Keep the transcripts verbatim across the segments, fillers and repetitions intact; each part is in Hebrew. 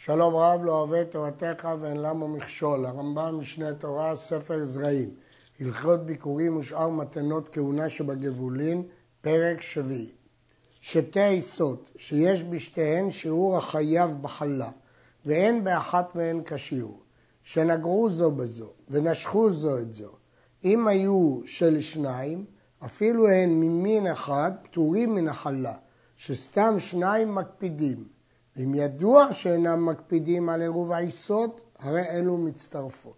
שלום רב, לא אוהב תורתך ואין למה מכשול. הרמב"ם משנה תורה, ספר זרעים. הלכות ביקורים ושאר מתנות כהונה שבגבולין, פרק שביעי. שתי עיסות, שיש בשתיהן שיעור החייב בחלה, ואין באחת מהן כשיעור, שנגעו זו בזו ונשכו זו את זו. אם היו של שניים, אפילו הן ממין אחד פטורים מן החלה, שסתם שניים מקפידים. אם ידוע שאינם מקפידים על עירוב העיסות, הרי אלו מצטרפות.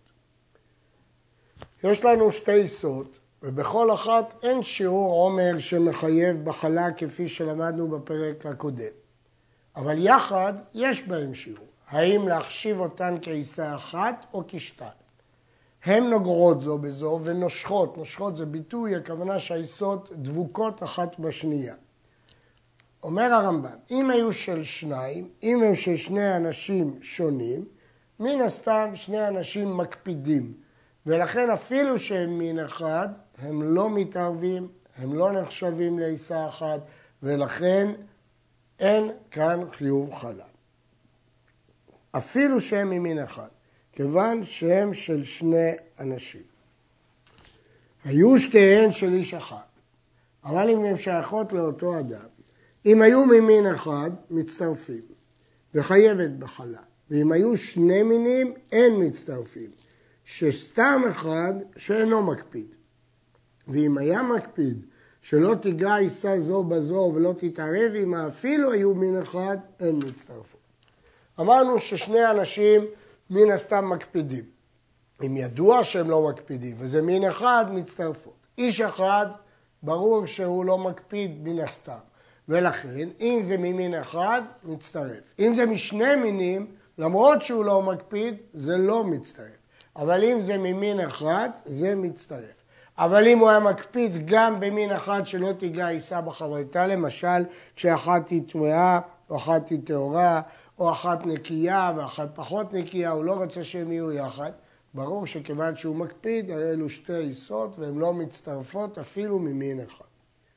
יש לנו שתי עיסות, ובכל אחת אין שיעור עומר שמחייב בחלה כפי שלמדנו בפרק הקודם. אבל יחד יש בהם שיעור. האם להחשיב אותן כעיסה אחת או כשתיים? הן נוגעות זו בזו ונושכות. נושכות זה ביטוי, הכוונה שהעיסות דבוקות אחת בשנייה. אומר הרמב"ם, אם היו של שניים, אם היו של שני אנשים שונים, מן הסתם שני אנשים מקפידים. ולכן אפילו שהם מין אחד, הם לא מתערבים, הם לא נחשבים לעיסה אחת, ולכן אין כאן חיוב חלה. אפילו שהם ממין אחד, כיוון שהם של שני אנשים. היו שתיהן של איש אחד, אבל אם הן שייכות לאותו אדם, אם היו ממין אחד, מצטרפים, וחייבת בחלה. ואם היו שני מינים, אין מצטרפים. שסתם אחד שאינו מקפיד. ואם היה מקפיד, שלא תיגע עיסה זו בזו ולא תתערב עמה, אפילו היו מין אחד, אין מצטרפות. אמרנו ששני אנשים מן הסתם מקפידים. אם ידוע שהם לא מקפידים, וזה מין אחד, מצטרפות. איש אחד, ברור שהוא לא מקפיד מן הסתם. ולכן, אם זה ממין אחד, מצטרף. אם זה משני מינים, למרות שהוא לא מקפיד, זה לא מצטרף. אבל אם זה ממין אחד, זה מצטרף. אבל אם הוא היה מקפיד גם במין אחד שלא תיגע עיסה בחברתה, למשל, כשאחת היא טמאה, או אחת היא טהורה, או אחת נקייה ואחת פחות נקייה, הוא לא רוצה שהם יהיו יחד, ברור שכיוון שהוא מקפיד, אלו שתי עיסות, והן לא מצטרפות אפילו ממין אחד.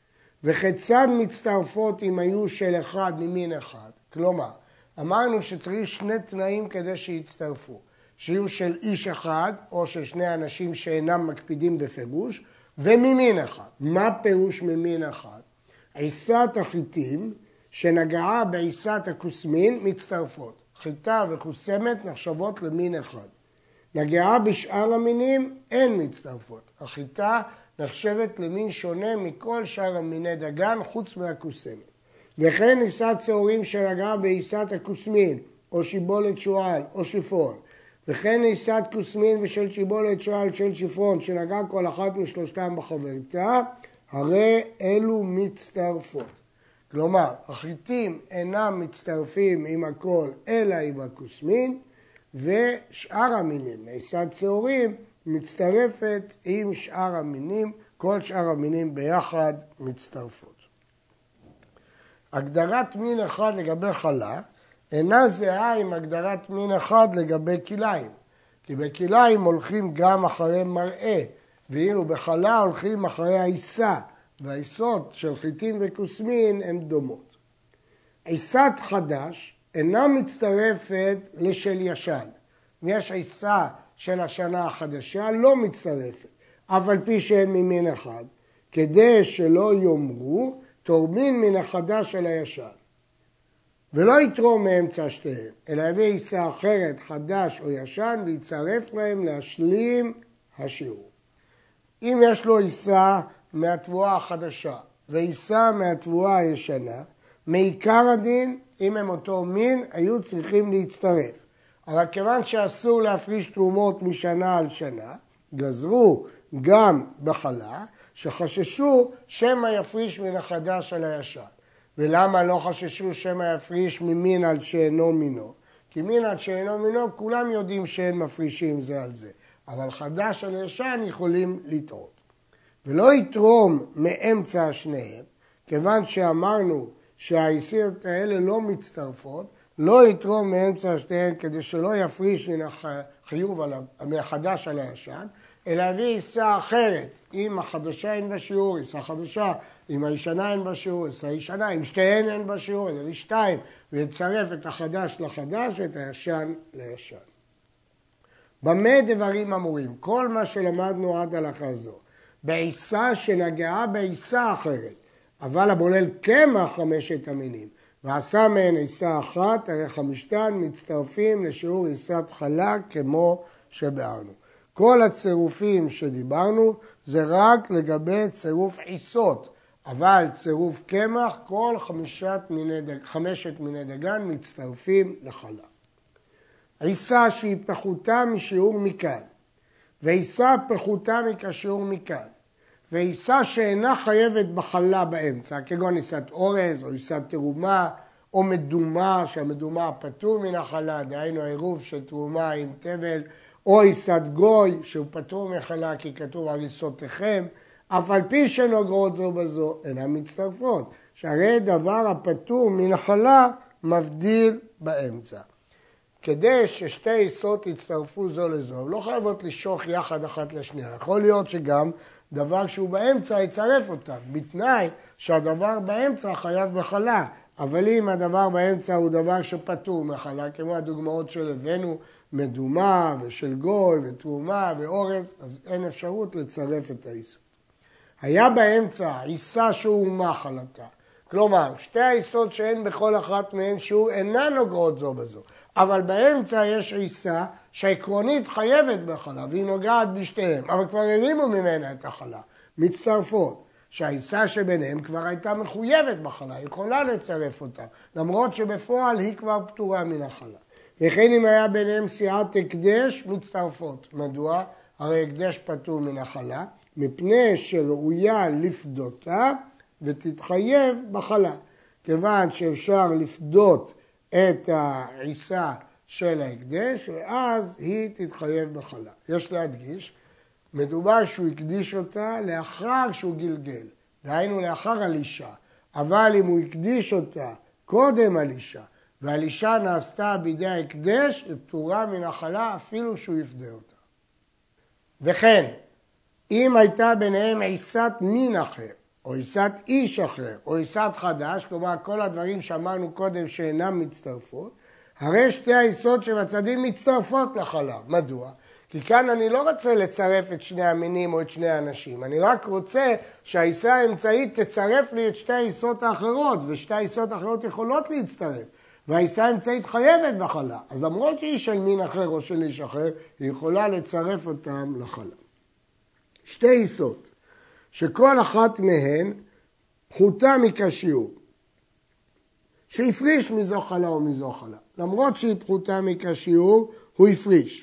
וכיצד מצטרפות אם היו של אחד ממין אחד? כלומר, אמרנו שצריך שני תנאים כדי שיצטרפו. שיהיו של איש אחד, או של שני אנשים שאינם מקפידים בפירוש, וממין אחד. מה פירוש ממין אחד? עיסת החיטים שנגעה בעיסת הכוסמין מצטרפות. חיטה וכוסמת נחשבות למין אחד. נגעה בשאר המינים אין מצטרפות. החיטה נחשבת למין שונה מכל שאר המיני דגן חוץ מהכוסמת. וכן עיסת צהורים שנגעה בעיסת הכוסמין, או שיבולת שועל, או שפרון. וכן עיסת כוסמין ושל שיבולת שועל של שפרון, שנגעה כל אחת משלושתם בחברתה, הרי אלו מצטרפות. כלומר, החיטים אינם מצטרפים עם הכל, אלא עם הכוסמין, ושאר המינים, עיסת צהורים, מצטרפת עם שאר המינים, כל שאר המינים ביחד מצטרפות. הגדרת מין אחד לגבי חלה אינה זהה עם הגדרת מין אחד לגבי כליים. כי בכליים הולכים גם אחרי מראה, ואילו בחלה הולכים אחרי העיסה, והעיסות של חיטים וכוסמין הן דומות. עיסת חדש אינה מצטרפת לשל ישן. יש עיסה של השנה החדשה לא מצטרפת, אף על פי שהן ממין אחד, כדי שלא יאמרו תורמין מן החדש על הישן. ולא יתרום מאמצע שתיהן, אלא יביא עיסה אחרת, חדש או ישן, ויצרף להם להשלים השיעור. אם יש לו עיסה מהתבואה החדשה ועיסה מהתבואה הישנה, מעיקר הדין, אם הם אותו מין, היו צריכים להצטרף. אבל כיוון שאסור להפריש תרומות משנה על שנה, גזרו גם בחלה, שחששו שמא יפריש מן החדש על הישן. ולמה לא חששו שמא יפריש ממין על שאינו מינו? כי מין על שאינו מינו, כולם יודעים שאין מפרישים זה על זה. אבל חדש על ישן יכולים לטעות. ולא יתרום מאמצע שניהם, כיוון שאמרנו שהעיסות האלה לא מצטרפות, לא יתרום מאמצע שתיהן כדי שלא יפריש מן החיוב מהחדש על הישן, אלא יביא עיסה אחרת, אם החדשה אין בשיעור, עיסה חדשה, אם הישנה אין בשיעור, עיסה ישנה, אם שתיהן אין בשיעור, זה שתיים, ויצרף את החדש לחדש ואת הישן לישן. במה דברים אמורים? כל מה שלמדנו עד הלכה זו, בעיסה שנגעה בעיסה אחרת, אבל הבולל קמח חמשת המינים, ועשה מהן עיסה אחת, הרי חמישתן מצטרפים לשיעור עיסת חלה כמו שבארנו. כל הצירופים שדיברנו זה רק לגבי צירוף עיסות, אבל צירוף קמח, כל חמשת מיני דג, חמשת מיני דגן מצטרפים לחלה. עיסה שהיא פחותה משיעור מכאן, ועיסה פחותה מכשיעור מכאן, ועיסה שאינה חייבת בחלה באמצע, כגון עיסת אורז או עיסת תרומה, או מדומה, שהמדומה פטור מן החלה, דהיינו העירוב של תרומה עם תבל, או עיסת גוי שהוא פטור מחלה כי כתוב הריסותיכם, אף על פי שנוגעות זו בזו אינן מצטרפות, שהרי דבר הפטור מן החלה מבדיל באמצע. כדי ששתי עיסות יצטרפו זו לזו, לא חייבות לשוך יחד אחת לשנייה. יכול להיות שגם דבר שהוא באמצע יצרף אותם, בתנאי שהדבר באמצע חייב בחלה. אבל אם הדבר באמצע הוא דבר שפטור מחלה, כמו הדוגמאות של הבאנו, מדומה ושל גוי ותרומה ואורז, אז אין אפשרות לצרף את העיסות. היה באמצע עיסה שהורמה חלתה. כלומר, שתי העיסות שאין בכל אחת מהן שיעור אינן נוגעות זו בזו. אבל באמצע יש עיסה שהעקרונית חייבת בחלה, והיא נוגעת בשתיהם, אבל כבר הרימו ממנה את החלה, מצטרפות. שהעיסה שביניהם כבר הייתה מחויבת בחלה, היא יכולה לצרף אותה, למרות שבפועל היא כבר פטורה מן החלה. וכן אם היה ביניהם סיעת הקדש, מצטרפות. מדוע? הרי הקדש פטור מן החלה, מפני שראויה לפדותה ותתחייב בחלה. כיוון שאפשר לפדות את העיסה של ההקדש, ואז היא תתחייב בחלה. יש להדגיש, מדובר שהוא הקדיש אותה לאחר שהוא גלגל, דהיינו לאחר הלישה. אבל אם הוא הקדיש אותה קודם הלישה, והלישה נעשתה בידי ההקדש, היא פטורה מן החלה אפילו שהוא יפדה אותה. וכן, אם הייתה ביניהם עיסת מין אחר, או עיסת איש אחר, או עיסת חדש, כלומר כל הדברים שאמרנו קודם שאינם מצטרפות, הרי שתי העיסות שבצדים מצטרפות לחלה. מדוע? כי כאן אני לא רוצה לצרף את שני המינים או את שני האנשים, אני רק רוצה שהעיסה האמצעית תצרף לי את שתי העיסות האחרות, ושתי העיסות האחרות יכולות להצטרף, והעיסה האמצעית חייבת בחלה. אז למרות שהיא של מין אחר או של איש אחר, היא יכולה לצרף אותם לחלה. שתי עיסות, שכל אחת מהן פחותה מכשיעור, שהפריש מזו חלה או מזו חלה. למרות שהיא פחותה מכשיעור, הוא הפריש.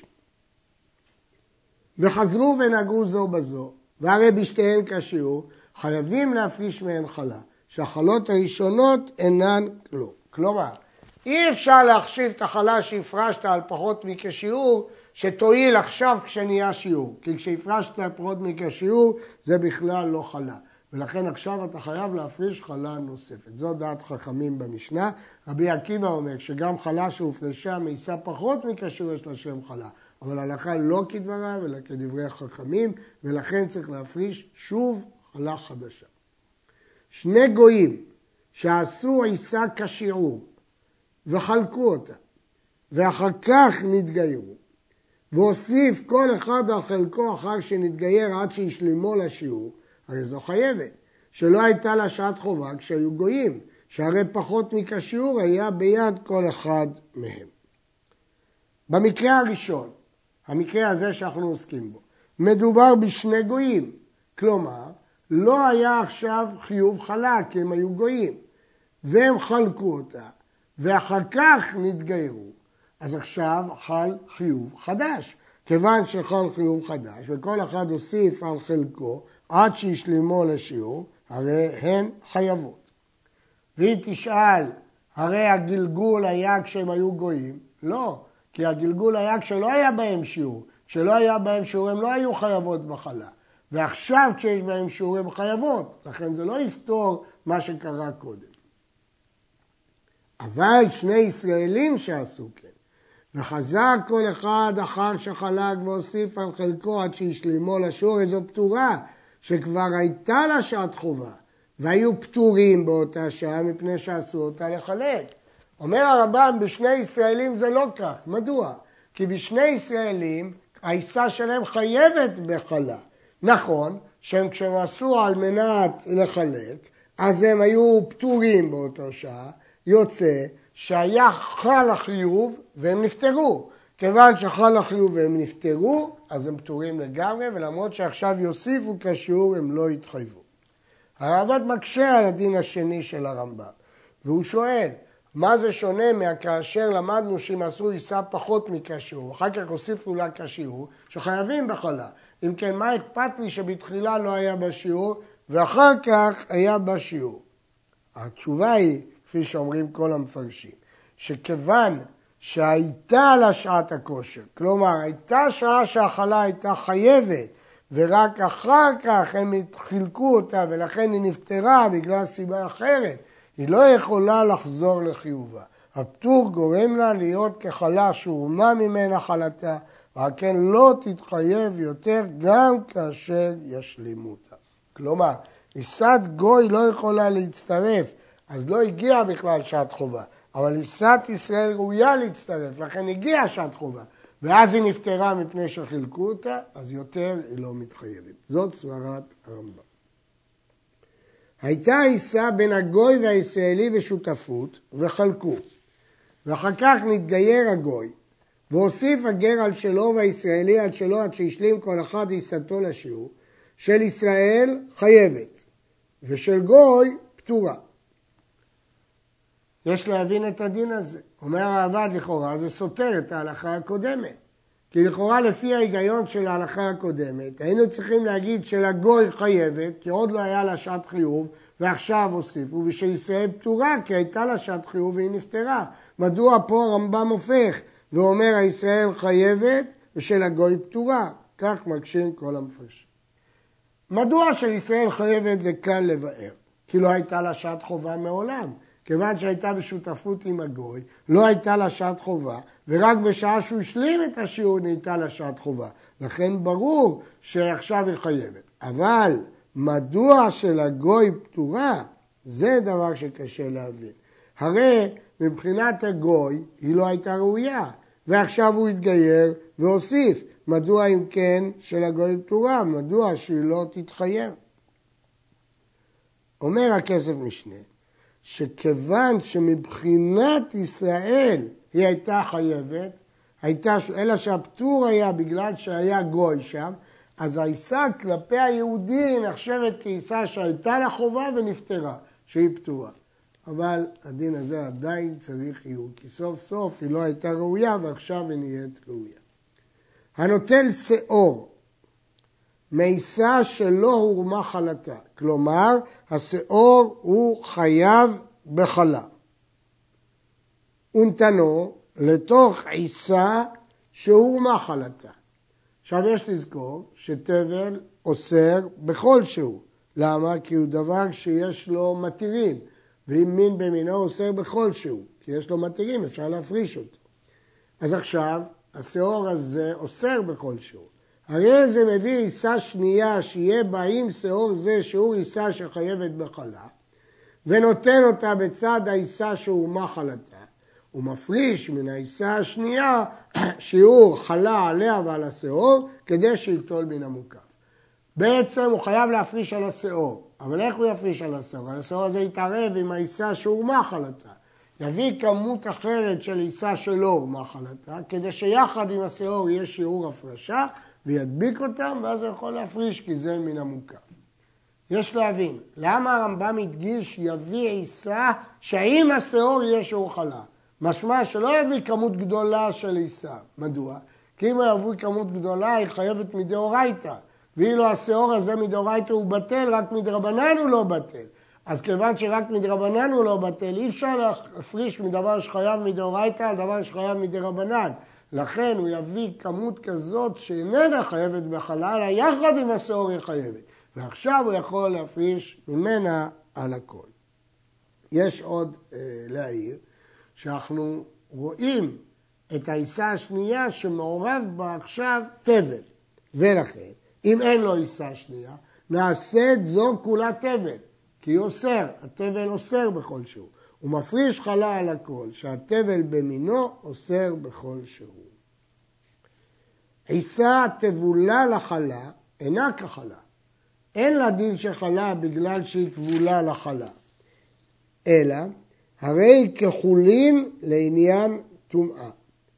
וחזרו ונגעו זו בזו, והרי בשתיהן כשיעור, חייבים להפריש מהן חלה, שהחלות הראשונות אינן כלום. כלומר, אי אפשר להחשיב את החלה שהפרשת על פחות מכשיעור, שתועיל עכשיו כשנהיה שיעור. כי כשהפרשת על פחות מכשיעור, זה בכלל לא חלה. ולכן עכשיו אתה חייב להפריש חלה נוספת. זו דעת חכמים במשנה. רבי עקיבא אומר שגם חלה שהופרשה מעיסה פחות מכשיעור יש לה שם חלה. אבל ההלכה לא כדבריו, אלא כדברי החכמים, ולכן צריך להפריש שוב חלה חדשה. שני גויים שעשו עיסה כשיעור וחלקו אותה, ואחר כך נתגיירו, והוסיף כל אחד על חלקו אחר שנתגייר עד שישלימו לשיעור, הרי זו חייבת, שלא הייתה לה שעת חובה כשהיו גויים, שהרי פחות מכשיעור היה ביד כל אחד מהם. במקרה הראשון, המקרה הזה שאנחנו עוסקים בו, מדובר בשני גויים, כלומר, לא היה עכשיו חיוב חלה כי הם היו גויים, והם חלקו אותה, ואחר כך נתגיירו. אז עכשיו חל חיוב חדש, כיוון שחל חיוב חדש, וכל אחד הוסיף על חלקו עד שישלימו לשיעור, הרי הן חייבות. ואם תשאל, הרי הגלגול היה כשהם היו גויים? לא, כי הגלגול היה כשלא היה בהם שיעור. כשלא היה בהם שיעור הם לא היו חייבות בחלה. ועכשיו כשיש בהם שיעור הם חייבות, לכן זה לא יפתור מה שקרה קודם. אבל שני ישראלים שעשו כן, וחזר כל אחד אחר שחלק והוסיף על חלקו עד שישלימו לשיעור, איזו פטורה שכבר הייתה לה שעת חובה, והיו פטורים באותה שעה מפני שעשו אותה לחלק. אומר הרמב"ם, בשני ישראלים זה לא כך. מדוע? כי בשני ישראלים העיסה שלהם חייבת בחלה. נכון שהם כשהם עשו על מנת לחלק, אז הם היו פטורים באותו שעה, יוצא שהיה חל החיוב והם נפטרו. כיוון שחל החיוב והם נפטרו, אז הם פטורים לגמרי, ולמרות שעכשיו יוסיפו כשיעור הם לא יתחייבו. הרמב"ם מקשה על הדין השני של הרמב"ם, והוא שואל, מה זה שונה מכאשר למדנו שהם עשו עיסה פחות מכשיעור, אחר כך הוסיפו לה כשיעור, שחייבים בחלה. אם כן, מה אכפת לי שבתחילה לא היה בשיעור, ואחר כך היה בשיעור? התשובה היא, כפי שאומרים כל המפרשים, שכיוון שהייתה לה שעת הכושר, כלומר, הייתה שעה שהחלה הייתה חייבת, ורק אחר כך הם חילקו אותה, ולכן היא נפטרה בגלל סיבה אחרת, היא לא יכולה לחזור לחיובה. הפטור גורם לה להיות כחלה שהורמה ממנה חלתה, וכן לא תתחייב יותר גם כאשר ישלימו אותה. כלומר, עיסת גוי לא יכולה להצטרף, אז לא הגיעה בכלל שעת חובה. אבל עיסת ישראל ראויה להצטרף, לכן הגיעה שעת חובה. ואז היא נפטרה מפני שחילקו אותה, אז יותר היא לא מתחייבת. זאת סברת הרמב"ם. הייתה עיסה בין הגוי והישראלי בשותפות וחלקו. ואחר כך נתגייר הגוי, והוסיף הגר על שלו והישראלי על שלו עד שהשלים כל אחד עיסתו לשיעור, של ישראל חייבת, ושל גוי פטורה. יש להבין את הדין הזה. אומר הרעב"ד לכאורה, זה סותר את ההלכה הקודמת. כי לכאורה לפי ההיגיון של ההלכה הקודמת, היינו צריכים להגיד שלגוי חייבת, כי עוד לא היה לה שעת חיוב, ועכשיו הוסיפו, ושל ישראל פטורה, כי הייתה לה שעת חיוב והיא נפטרה. מדוע פה הרמב"ם הופך, ואומר הישראל חייבת, ושל הגוי פטורה? כך מקשים כל המפרשים. מדוע של ישראל חייבת זה קל לבאר? כי לא הייתה לה שעת חובה מעולם. כיוון שהייתה בשותפות עם הגוי, לא הייתה לה שעת חובה, ורק בשעה שהוא השלים את השיעור נהייתה לה שעת חובה. לכן ברור שעכשיו היא חייבת. אבל מדוע של הגוי פטורה, זה דבר שקשה להבין. הרי מבחינת הגוי היא לא הייתה ראויה, ועכשיו הוא התגייר והוסיף. מדוע אם כן של הגוי פטורה? מדוע שהיא לא תתחייב? אומר הכסף משנה, שכיוון שמבחינת ישראל היא הייתה חייבת, הייתה, אלא שהפטור היה בגלל שהיה גוי שם, אז העיסה כלפי היהודי נחשבת כעיסה שהייתה לה חובה ונפטרה, שהיא פטורה. אבל הדין הזה עדיין צריך עיון, כי סוף סוף היא לא הייתה ראויה ועכשיו היא נהיית ראויה. הנוטל שאור, מעיסה שלא הורמה חלתה, כלומר השאור הוא חייב בחלה. ונתנו לתוך עיסה שהורמה חלתה. עכשיו יש לזכור שתבל אוסר בכל שהוא. למה? כי הוא דבר שיש לו מתירים, ואם מין במינו אוסר בכל שהוא, כי יש לו מתירים, אפשר להפריש אותו. אז עכשיו השאור הזה אוסר בכל שהוא. הרי זה מביא עיסה שנייה שיהיה בה עם שאור זה שהוא עיסה שחייבת בחלה, ונותן אותה בצד העיסה שהורמה חלתה, ומפריש מן העיסה השנייה שיעור חלה עליה ועל השאור, כדי שיטול מן המוקף. בעצם הוא חייב להפריש על השאור, אבל איך הוא יפריש על השאור? על השאור הזה יתערב עם העיסה שהורמה חלתה. יביא כמות אחרת של עיסה שלא הורמה חלתה, כדי שיחד עם השאור יהיה שיעור הפרשה, וידביק אותם, ואז הוא יכול להפריש, כי זה מן המוקף. יש להבין, למה הרמב"ם הדגיש יביא עיסה שעם השאור יהיה שיעור חלה? משמע שלא יביא כמות גדולה של עיסה. מדוע? כי אם הוא יביא כמות גדולה, היא חייבת מדאורייתא. ואילו השאור הזה מדאורייתא הוא בטל, רק מדרבנן הוא לא בטל. אז כיוון שרק מדרבנן הוא לא בטל, אי אפשר להפריש מדבר שחייב מדאורייתא על דבר שחייב מדרבנן. לכן הוא יביא כמות כזאת שאיננה חייבת בחלה, אלא יחד עם השאור היא חייבת. ועכשיו הוא יכול להפריש ממנה על הכל. יש עוד אה, להעיר שאנחנו רואים את העיסה השנייה שמעורב בה עכשיו תבל. ולכן, אם אין לו עיסה שנייה, נעשה את זו כולה תבל. כי הוא אוסר, התבל אוסר בכל שהוא. הוא מפריש חלה על הכל, שהטבל במינו אוסר בכל שהוא. עיסה טבולה לחלה אינה כחלה. אין לה דין שחלה בגלל שהיא טבולה לחלה, אלא הרי כחולין לעניין טומאה.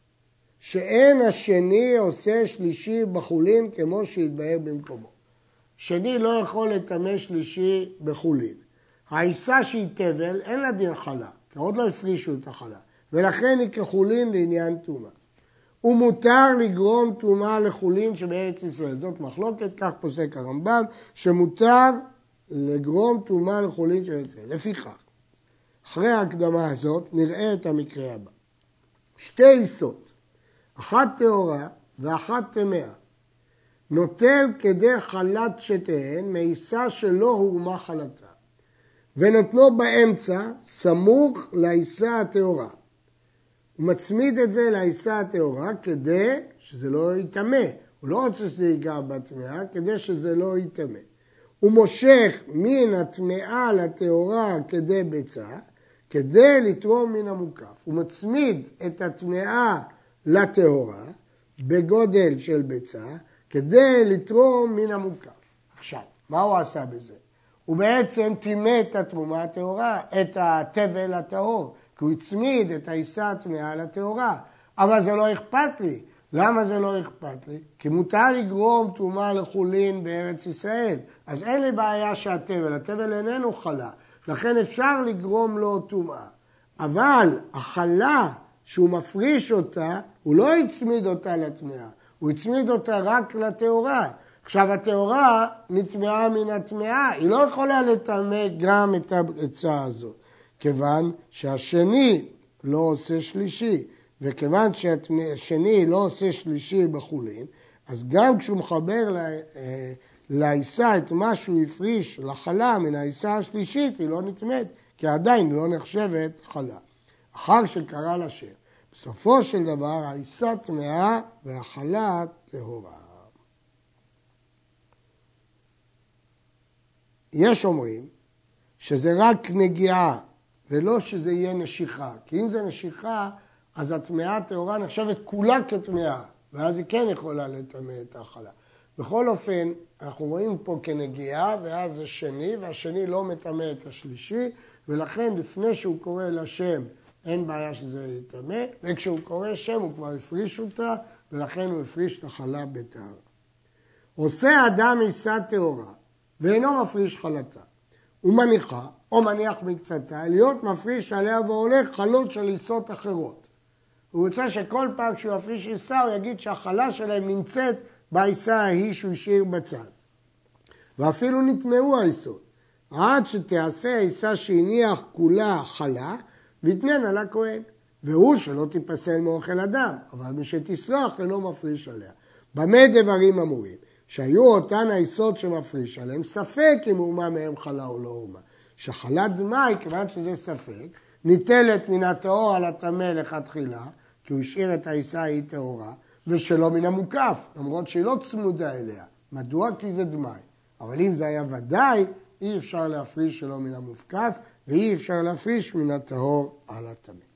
שאין השני עושה שלישי בחולין כמו שהתבהר במקומו. שני לא יכול לטמא שלישי בחולין. העיסה שהיא טבל אין לה דין חלה, כי עוד לא הפרישו את החלה, ולכן היא כחולין לעניין טומאה. ומותר לגרום טומאה לחולין שבארץ ישראל. זאת מחלוקת, כך פוסק הרמב"ם, שמותר לגרום טומאה לחולין שבארץ ישראל. לפיכך, אחרי ההקדמה הזאת נראה את המקרה הבא. שתי עיסות, אחת טהורה ואחת טמאה, נוטל כדי חלת שתיהן מעיסה שלא הורמה חלתה, ונותנו באמצע סמוך לעיסה הטהורה. הוא מצמיד את זה לעיסה הטהורה כדי שזה לא יטמא. הוא לא רוצה שזה ייגע בטמאה, כדי שזה לא יטמא. הוא מושך מן הטמאה לטהורה כדי ביצה, כדי לתרום מן המוקף. הוא מצמיד את הטמאה לטהורה בגודל של ביצה, כדי לתרום מן המוקף. עכשיו, מה הוא עשה בזה? הוא בעצם טימא את התרומה הטהורה, את הטבל הטהור, כי הוא הצמיד את העיסה הטמאה לטהורה. אבל זה לא אכפת לי. למה זה לא אכפת לי? כי מותר לגרום טומאה לחולין בארץ ישראל. אז אין לי בעיה שהטבל, הטבל איננו חלה. לכן אפשר לגרום לו טומאה. אבל החלה שהוא מפריש אותה, הוא לא הצמיד אותה לטמאה. הוא הצמיד אותה רק לטהורה. עכשיו הטהורה נטמאה מן הטמאה. היא לא יכולה לטמא גם את העצה הזאת. כיוון שהשני לא עושה שלישי, וכיוון שהשני לא עושה שלישי בחולין, אז גם כשהוא מחבר לעיסה את מה שהוא הפריש לחלה מן העיסה השלישית, היא לא נטמאת, כי עדיין לא נחשבת חלה. אחר שקרא לשם, בסופו של דבר העיסה טמאה והחלה טהורה. יש אומרים שזה רק נגיעה, ולא שזה יהיה נשיכה. כי אם זה נשיכה, אז הטמאה הטהורה נחשבת כולה כטמאה, ואז היא כן יכולה לטמא את החלה. בכל אופן, אנחנו רואים פה כנגיעה, ואז זה שני, והשני לא מטמא את השלישי, ולכן לפני שהוא קורא לשם, אין בעיה שזה יטמא, וכשהוא קורא שם הוא כבר הפריש אותה, ולכן הוא הפריש את החלה בטהרה. עושה אדם עיסה טהורה, ואינו מפריש חלתה. הוא מניחה, או מניח מקצתה, להיות מפריש עליה והולך חלות של עיסות אחרות. הוא רוצה שכל פעם שהוא יפריש עיסה, הוא יגיד שהחלה שלהם נמצאת בעיסה ההיא שהוא השאיר בצד. ואפילו נטמעו העיסות, עד שתעשה העיסה שהניח כולה חלה, ויתנן על הכהן. והוא שלא תיפסל מאוכל אדם, אבל מי שתסרח אינו מפריש עליה. במה דברים אמורים? שהיו אותן העיסות שמפריש עליהם, ספק אם הורמה מהם חלה או לא הורמה. שחלת דמאי, כיוון שזה ספק, ניטלת מן הטהור על הטמא לכתחילה, כי הוא השאיר את העיסה ההיא טהורה, ושלא מן המוקף, למרות שהיא לא צמודה אליה. מדוע? כי זה דמאי. אבל אם זה היה ודאי, אי אפשר להפריש שלא מן המוקף, ואי אפשר להפריש מן הטהור על הטמא.